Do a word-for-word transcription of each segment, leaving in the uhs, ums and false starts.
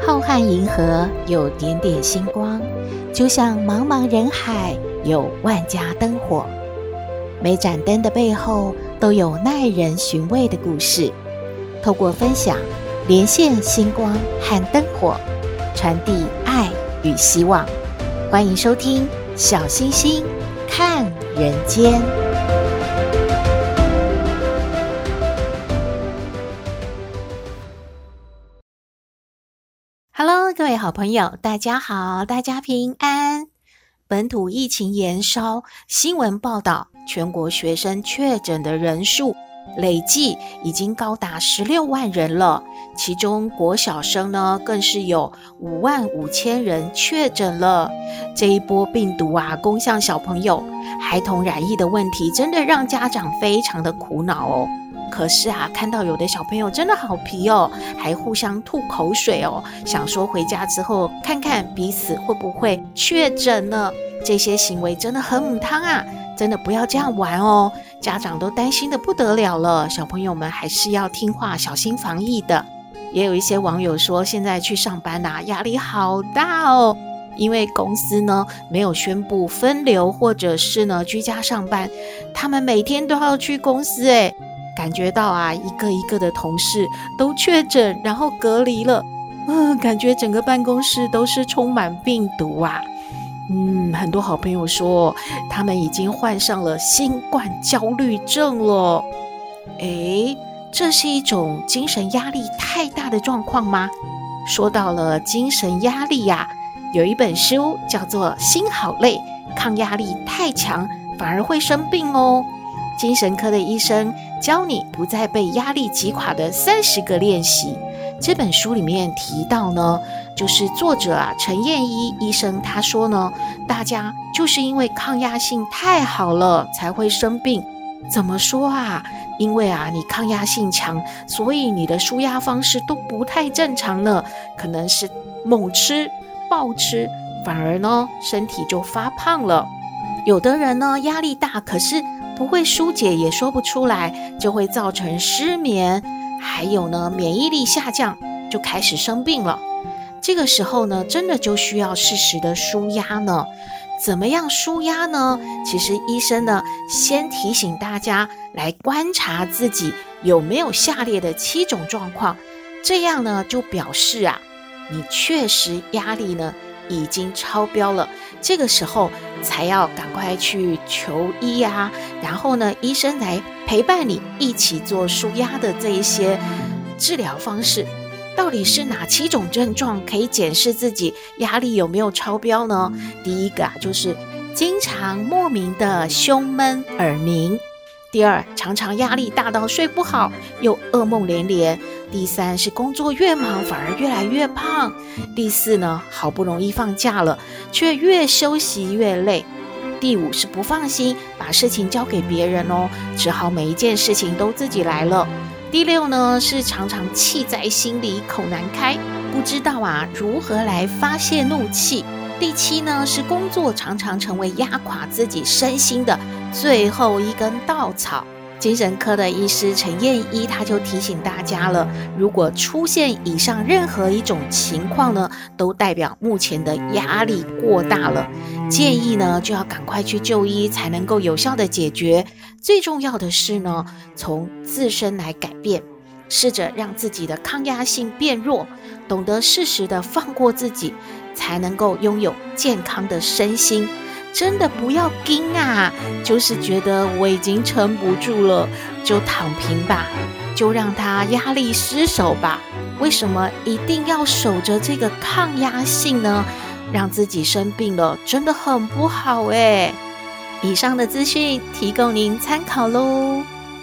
浩瀚银河有点点星光，就像茫茫人海有万家灯火。每盏灯的背后都有耐人寻味的故事。透过分享，连线星光和灯火，传递爱与希望。欢迎收听小星星看人间。Hello， 各位好朋友，大家好，大家平安。本土疫情延烧，新闻报道，全国学生确诊的人数累计已经高达十六万人了，其中国小生呢更是有五万五千人确诊了。这一波病毒啊攻向小朋友，孩童染疫的问题真的让家长非常的苦恼哦。可是啊，看到有的小朋友真的好皮哦，还互相吐口水哦，想说回家之后看看彼此会不会确诊呢？这些行为真的很母汤啊，真的不要这样玩哦，家长都担心的不得了了，小朋友们还是要听话，小心防疫的。也有一些网友说，现在去上班啊，压力好大哦，因为公司呢没有宣布分流或者是呢居家上班，他们每天都要去公司诶，感觉到啊一个一个的同事都确诊，然后隔离了，嗯，感觉整个办公室都是充满病毒啊。嗯，很多好朋友说他们已经患上了新冠焦虑症了。诶，这是一种精神压力太大的状况吗？说到了精神压力呀、啊，有一本书叫做《心好累，抗压力太强反而会生病哦》，精神科的医生教你不再被压力击垮的三十个练习。这本书里面提到呢，就是作者啊陈燕一医生他说呢，大家就是因为抗压性太好了才会生病。怎么说啊？因为啊你抗压性强，所以你的抒压方式都不太正常呢，可能是猛吃暴吃，反而呢身体就发胖了。有的人呢压力大，可是不会疏解也说不出来，就会造成失眠，还有呢免疫力下降，就开始生病了。这个时候呢真的就需要适时的抒压呢。怎么样抒压呢？其实医生呢先提醒大家来观察自己有没有下列的七种状况，这样呢就表示啊你确实压力呢已经超标了，这个时候才要赶快去求医啊，然后呢医生来陪伴你一起做抒压的这一些治疗方式。到底是哪七种症状可以检视自己压力有没有超标呢？第一个啊就是经常莫名的胸闷耳鸣，第二常常压力大到睡不好又噩梦连连，第三是工作越忙反而越来越胖，第四呢好不容易放假了却越休息越累，第五是不放心把事情交给别人哦，只好每一件事情都自己来了，第六呢是常常气在心里口难开，不知道啊如何来发泄怒气，第七呢是工作常常成为压垮自己身心的最后一根稻草。精神科的医师陈燕一他就提醒大家了，如果出现以上任何一种情况呢，都代表目前的压力过大了，建议呢就要赶快去就医，才能够有效的解决。最重要的是呢，从自身来改变，试着让自己的抗压性变弱，懂得适时的放过自己，才能够拥有健康的身心。真的不要惊啊，就是觉得我已经撑不住了，就躺平吧，就让他压力失守吧。为什么一定要守着这个抗压性呢？让自己生病了真的很不好诶。以上的资讯提供您参考咯。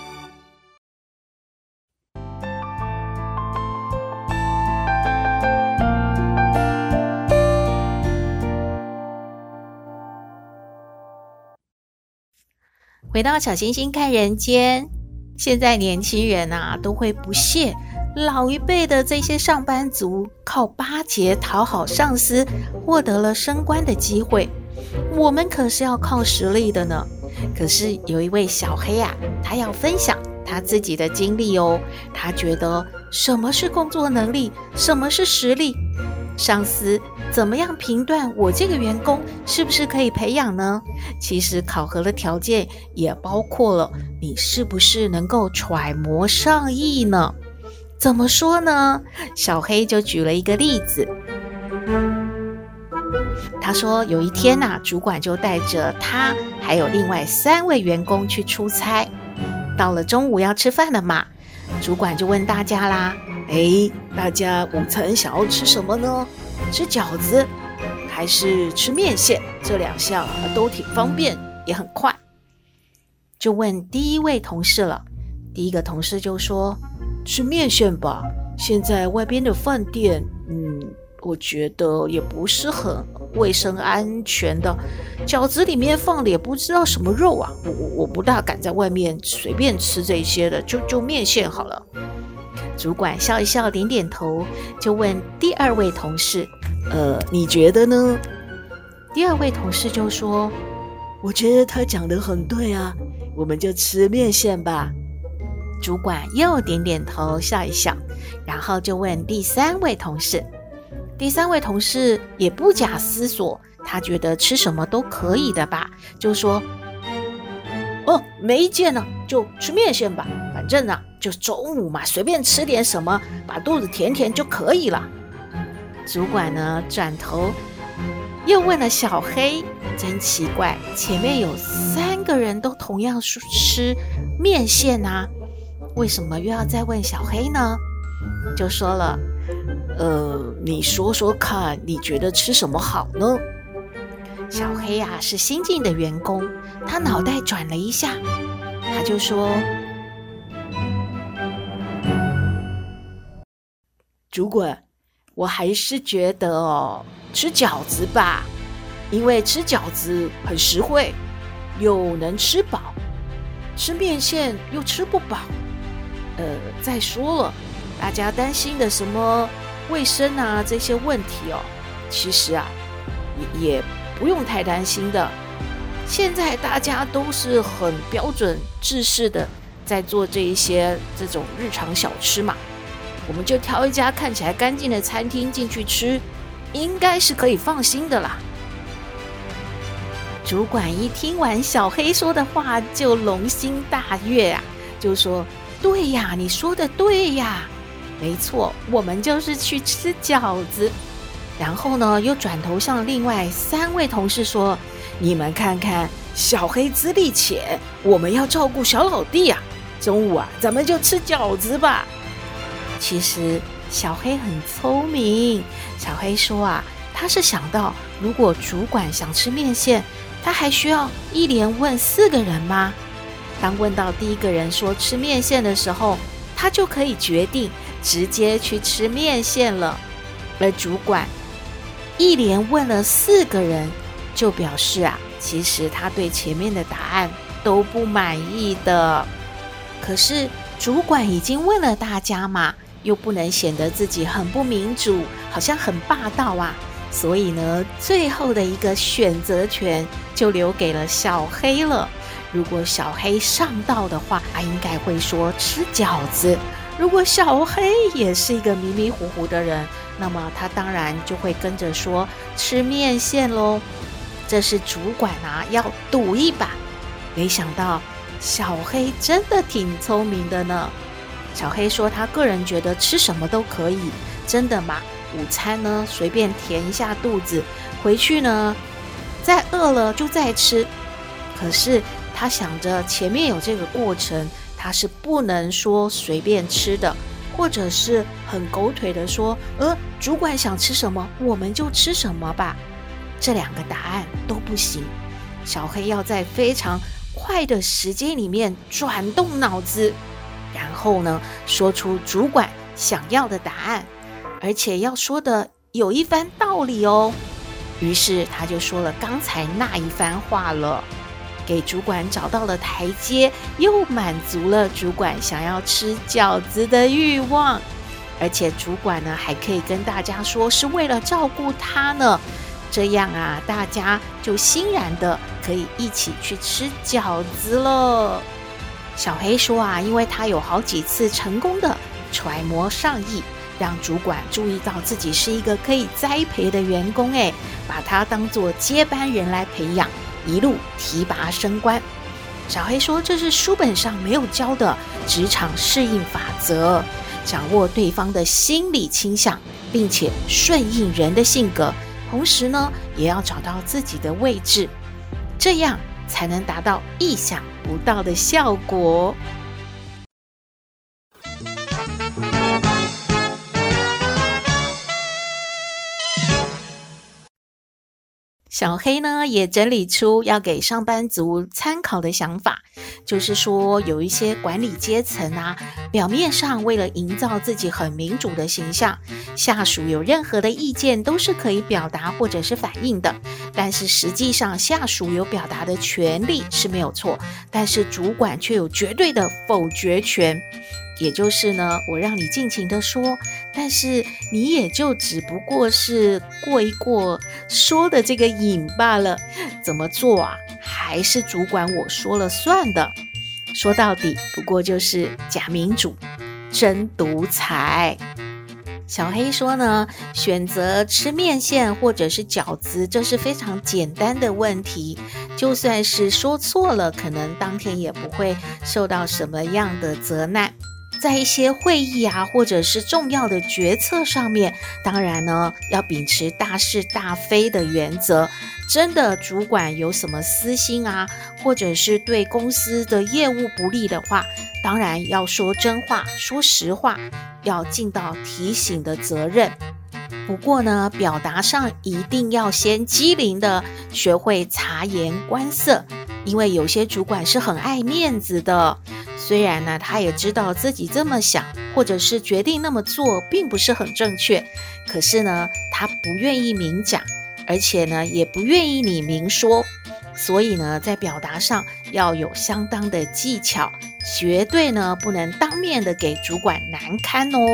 回到小星星看人间，现在年轻人啊都会不屑老一辈的这些上班族靠巴结讨好上司获得了升官的机会，我们可是要靠实力的呢。可是有一位小黑啊，他要分享他自己的经历哦。他觉得什么是工作能力，什么是实力， 上司怎么样评断我这个员工是不是可以培养呢？其实考核的条件也包括了你是不是能够揣摩上意呢？怎么说呢？小黑就举了一个例子，他说有一天啊，主管就带着他还有另外三位员工去出差，到了中午要吃饭了嘛，主管就问大家啦，诶，大家午餐想要吃什么呢？吃饺子还是吃面线？这两项啊都挺方便也很快。就问第一位同事了，第一个同事就说，吃面线吧，现在外边的饭店嗯，我觉得也不是很卫生安全的，饺子里面放的也不知道什么肉啊，我我不大敢在外面随便吃这些的，就就面线好了。主管笑一笑，点点头，就问第二位同事，呃，你觉得呢？第二位同事就说，我觉得他讲得很对啊，我们就吃面线吧。主管又点点头，笑一笑，然后就问第三位同事。第三位同事也不假思索，他觉得吃什么都可以的吧，就说，哦，没意见呢，就吃面线吧，反正啊，就中午嘛，随便吃点什么，把肚子填填就可以了。主管呢，转头又问了小黑，真奇怪，前面有三个人都同样吃面线啊，为什么又要再问小黑呢？就说了，呃，你说说看，你觉得吃什么好呢？小黑啊，是新进的员工，他脑袋转了一下，他就说，主管，我还是觉得哦，吃饺子吧，因为吃饺子很实惠，又能吃饱，吃面线又吃不饱。呃，再说了，大家担心的什么卫生啊这些问题哦，其实啊也也不用太担心的。现在大家都是很标准制式的在做这一些这种日常小吃嘛，我们就挑一家看起来干净的餐厅进去吃，应该是可以放心的啦。主管一听完小黑说的话，就龙心大悦啊，就说，对呀，你说的对呀，没错，我们就是去吃饺子。然后呢，又转头向另外三位同事说，你们看看，小黑资历浅，我们要照顾小老弟啊，中午啊，咱们就吃饺子吧。其实小黑很聪明，小黑说啊，他是想到，如果主管想吃面线，他还需要一连问四个人吗？当问到第一个人说吃面线的时候，他就可以决定直接去吃面线了。而主管一连问了四个人，就表示啊，其实他对前面的答案都不满意的。可是主管已经问了大家嘛，又不能显得自己很不民主，好像很霸道啊，所以呢，最后的一个选择权就留给了小黑了。如果小黑上道的话，他应该会说吃饺子。如果小黑也是一个迷迷糊糊的人，那么他当然就会跟着说吃面线咯。这是主管啊要赌一把。没想到小黑真的挺聪明的呢。小黑说他个人觉得吃什么都可以，真的嘛，午餐呢随便填一下肚子，回去呢再饿了就再吃。可是他想着前面有这个过程，他是不能说随便吃的，或者是很狗腿的说，呃，主管想吃什么我们就吃什么吧。这两个答案都不行，小黑要在非常快的时间里面转动脑子，然后呢说出主管想要的答案，而且要说的有一番道理哦。于是他就说了刚才那一番话了，给主管找到了台阶，又满足了主管想要吃饺子的欲望。而且主管呢还可以跟大家说是为了照顾他呢，这样啊大家就欣然的可以一起去吃饺子了。小黑说啊，因为他有好几次成功的揣摩上意， 让主管注意到自己是一个可以栽培的员工，诶，把他当作接班人来培养，一路提拔升官。小黑说，这是书本上没有教的职场适应法则，掌握对方的心理倾向，并且顺应人的性格，同时呢，也要找到自己的位置，这样才能达到意想不到的效果。小黑呢也整理出要给上班族参考的想法，就是说有一些管理阶层啊，表面上为了营造自己很民主的形象，下属有任何的意见都是可以表达或者是反映的，但是实际上下属有表达的权利是没有错，但是主管却有绝对的否决权。也就是呢，我让你尽情的说，但是你也就只不过是过一过说的这个瘾罢了，怎么做啊，还是主管我说了算的。说到底不过就是假民主，真独裁。小黑说呢，选择吃面线或者是饺子，这是非常简单的问题，就算是说错了，可能当天也不会受到什么样的责难。在一些会议啊，或者是重要的决策上面，当然呢，要秉持大是大非的原则。真的主管有什么私心啊，或者是对公司的业务不利的话，当然要说真话，说实话，要尽到提醒的责任。不过呢，表达上一定要先机灵的学会察言观色，因为有些主管是很爱面子的，虽然呢，他也知道自己这么想，或者是决定那么做并不是很正确，可是呢，他不愿意明讲，而且呢，也不愿意你明说，所以呢，在表达上要有相当的技巧，绝对呢，不能当面的给主管难堪哦。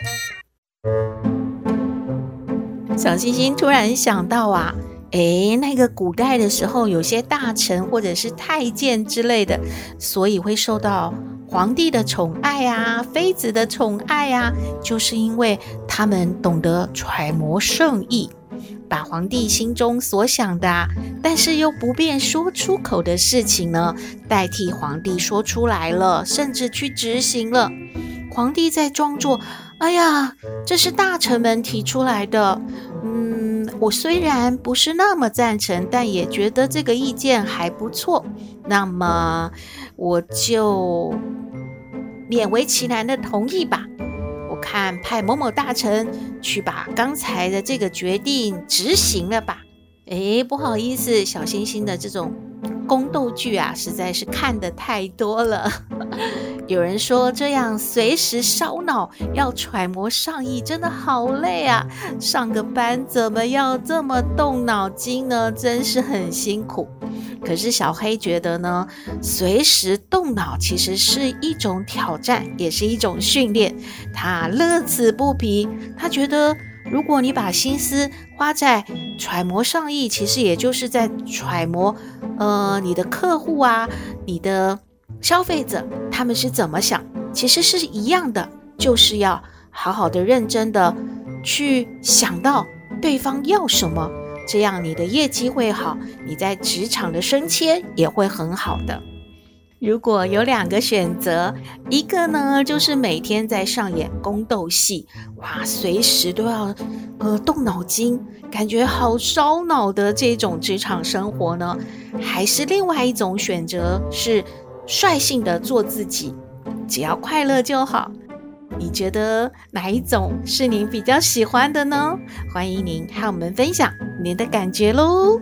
小星星突然想到啊，诶，那个古代的时候，有些大臣或者是太监之类的，所以会受到皇帝的宠爱啊，妃子的宠爱啊，就是因为他们懂得揣摩圣意，把皇帝心中所想的啊，但是又不便说出口的事情呢，代替皇帝说出来了，甚至去执行了。皇帝在装作，哎呀，这是大臣们提出来的，嗯，我虽然不是那么赞成，但也觉得这个意见还不错，那么我就勉为其难的同意吧。我看派某某大臣去把刚才的这个决定执行了吧。诶，不好意思，小星星的这种宫斗剧啊，实在是看得太多了。有人说这样随时烧脑，要揣摩上意，真的好累啊！上个班怎么要这么动脑筋呢？真是很辛苦。可是小黑觉得呢，随时动脑其实是一种挑战，也是一种训练，他乐此不疲。他觉得如果你把心思花在揣摩上意，其实也就是在揣摩呃你的客户啊，你的消费者他们是怎么想，其实是一样的，就是要好好的认真的去想到对方要什么，这样你的业绩会好，你在职场的升迁也会很好的。如果有两个选择，一个呢就是每天在上演宫斗戏，哇，随时都要呃动脑筋，感觉好烧脑的这种职场生活呢，还是另外一种选择是率性的做自己，只要快乐就好。你觉得哪一种是您比较喜欢的呢？欢迎您和我们分享您的感觉咯。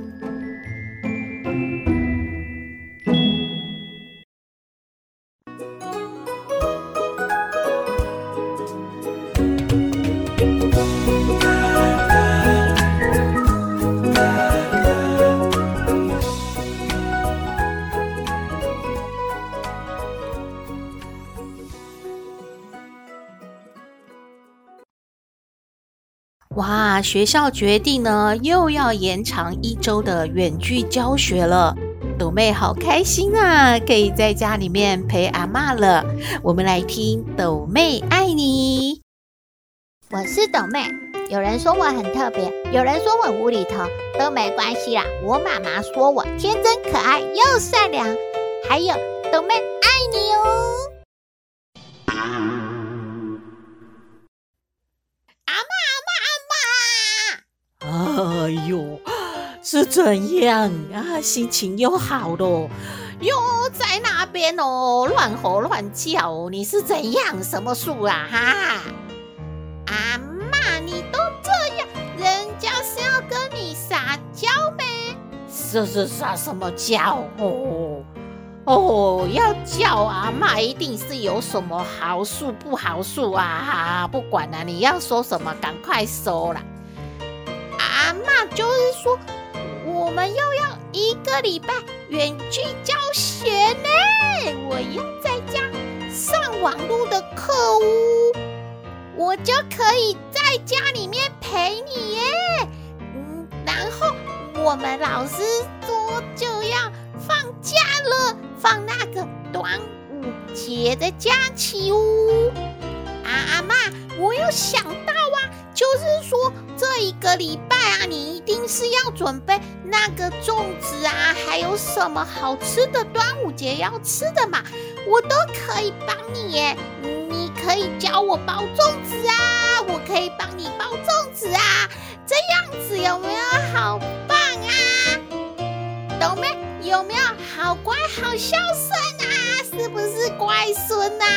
哇，学校决定呢，又要延长一周的远距教学了。斗妹好开心啊，可以在家里面陪阿嬷了。我们来听斗妹爱你。 我是斗妹，有人说我很特别，有人说我无厘头，都没关系啦。我妈妈说我天真可爱又善良，还有斗妹爱你哦。阿嬷阿嬷阿嬷， 哎呦，是怎样啊？心情又好了，又在那边哦，乱吼乱叫，你是怎样？什么树啊？哈！ 阿嬷，你都这样，人家是要跟你撒娇咩？ 是是撒什么娇哦？哦，要叫阿嬷，一定是有什么好树不好树啊！不管了、啊，你要说什么，赶快说啦。 阿嬷就是说，我们又要一个礼拜远距教学呢，我要在家上网络的课哦。我就可以在家里面陪你耶，嗯，然后我们老师说就要放假了，放那个端午节的假期哦。啊，阿嬷，我有想到啊，就是说这一个礼拜啊，你一定是要准备那个粽子啊，还有什么好吃的端午节要吃的嘛，我都可以帮你耶。你可以教我包粽子啊，我可以帮你包粽子啊，这样子有没有好棒啊？斗妹有没有好乖好孝顺啊？是不是乖孙啊？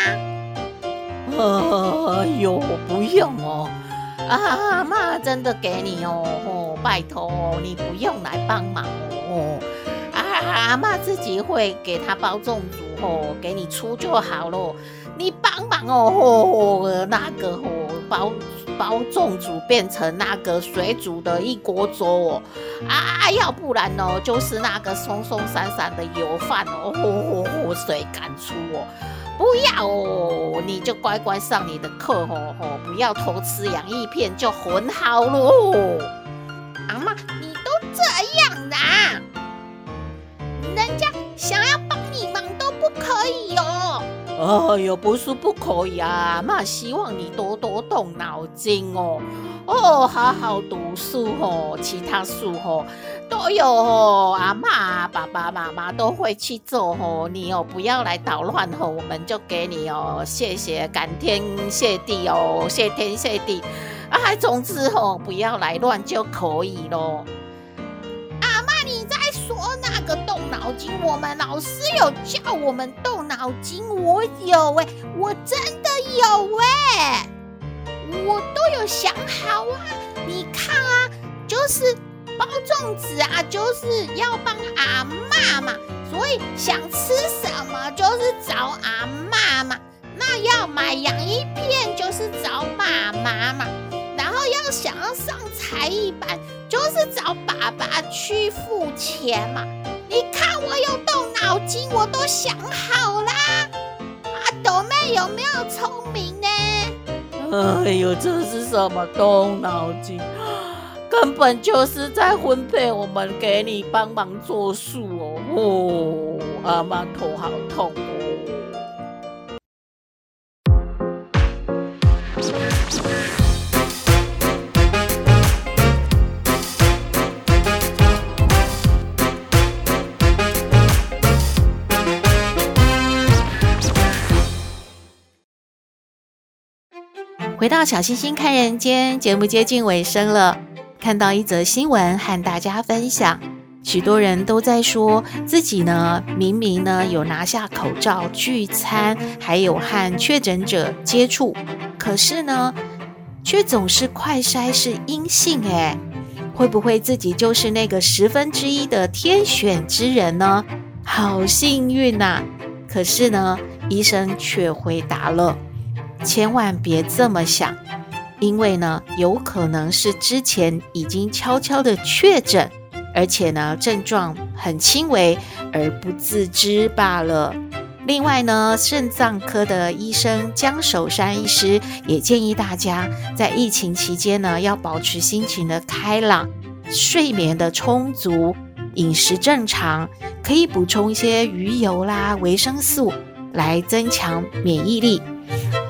哎呦，不用哦，阿嬷真的给你哦，哦拜托哦，你不用来帮忙哦。阿嬷自己会给他包粽子哦，给你出就好咯。你帮忙哦，哦那个哦包包粽子变成那个水煮的一锅粥哦，啊，要不然哦就是那个松松散散的油饭哦，哦哦水赶出哦。不要哦，你就乖乖上你的课哦，哦不要偷吃洋芋片就很好咯。 阿嬷，你都这样啦，人家想要帮你忙都不可以哦。 哎呦，不是不可以啊，妈希望你多多动脑筋哦，哦，好好读书哦，其他书哦都有哦，阿嬷、爸爸妈妈都会去做哦，你哦不要来捣乱哦，我们就给你哦，谢谢，感天谢地哦，谢天谢地，啊，总之哦不要来乱就可以咯。 阿嬷，你在说那个动脑筋？我们老师有叫我们动脑筋，我有哎、欸，我真的有哎、欸，我都有想好啊。你看啊，就是包粽子啊，就是要帮阿嬷嘛，所以想吃什么就是找阿嬷嘛。那要买洋芋片就是找妈妈嘛，然后要想要上才艺班就是找爸爸去付钱嘛。你看我有动脑筋，我都想好啦。啊，斗妹有没有聪明呢？ 哎呦，这是什么动脑筋？根本就是在分配我们给你帮忙做事哦。哦，阿嬷头好痛哦。回到小星星看人间，节目接近尾声了。看到一则新闻和大家分享，许多人都在说自己呢，明明呢有拿下口罩聚餐，还有和确诊者接触，可是呢，却总是快筛是阴性诶，会不会自己就是那个十分之一的天选之人呢？好幸运啊！可是呢，医生却回答了，千万别这么想，因为呢，有可能是之前已经悄悄的确诊，而且呢，症状很轻微而不自知罢了。另外呢，肾脏科的医生江守山医师也建议大家在疫情期间呢，要保持心情的开朗，睡眠的充足，饮食正常，可以补充一些鱼油啦、维生素来增强免疫力。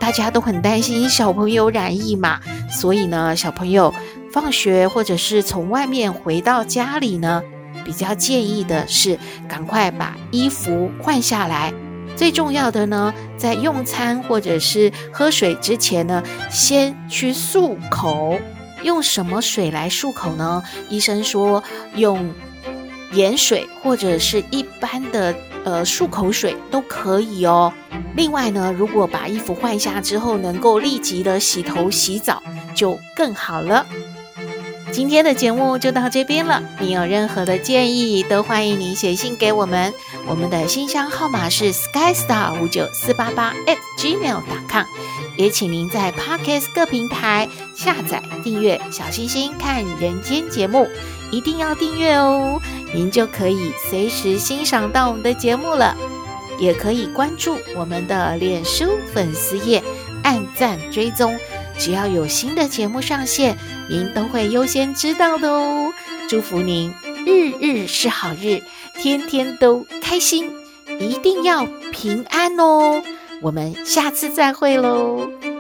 大家都很担心小朋友染疫嘛，所以呢，小朋友放学或者是从外面回到家里呢，比较建议的是赶快把衣服换下来。最重要的呢，在用餐或者是喝水之前呢，先去漱口。用什么水来漱口呢？医生说用盐水或者是一般的呃漱口水都可以哦。另外呢，如果把衣服换下之后能够立即的洗头洗澡就更好了。今天的节目就到这边了，你有任何的建议都欢迎你写信给我们，我们的信箱号码是 skystar 五九四八八 at gmail dot com， 也请您在 Podcast 各平台下载订阅小星星看人间节目，一定要订阅哦，您就可以随时欣赏到我们的节目了。也可以关注我们的脸书粉丝页，按赞追踪，只要有新的节目上线，您都会优先知道的哦。祝福您日日是好日，天天都开心，一定要平安哦。我们下次再会喽。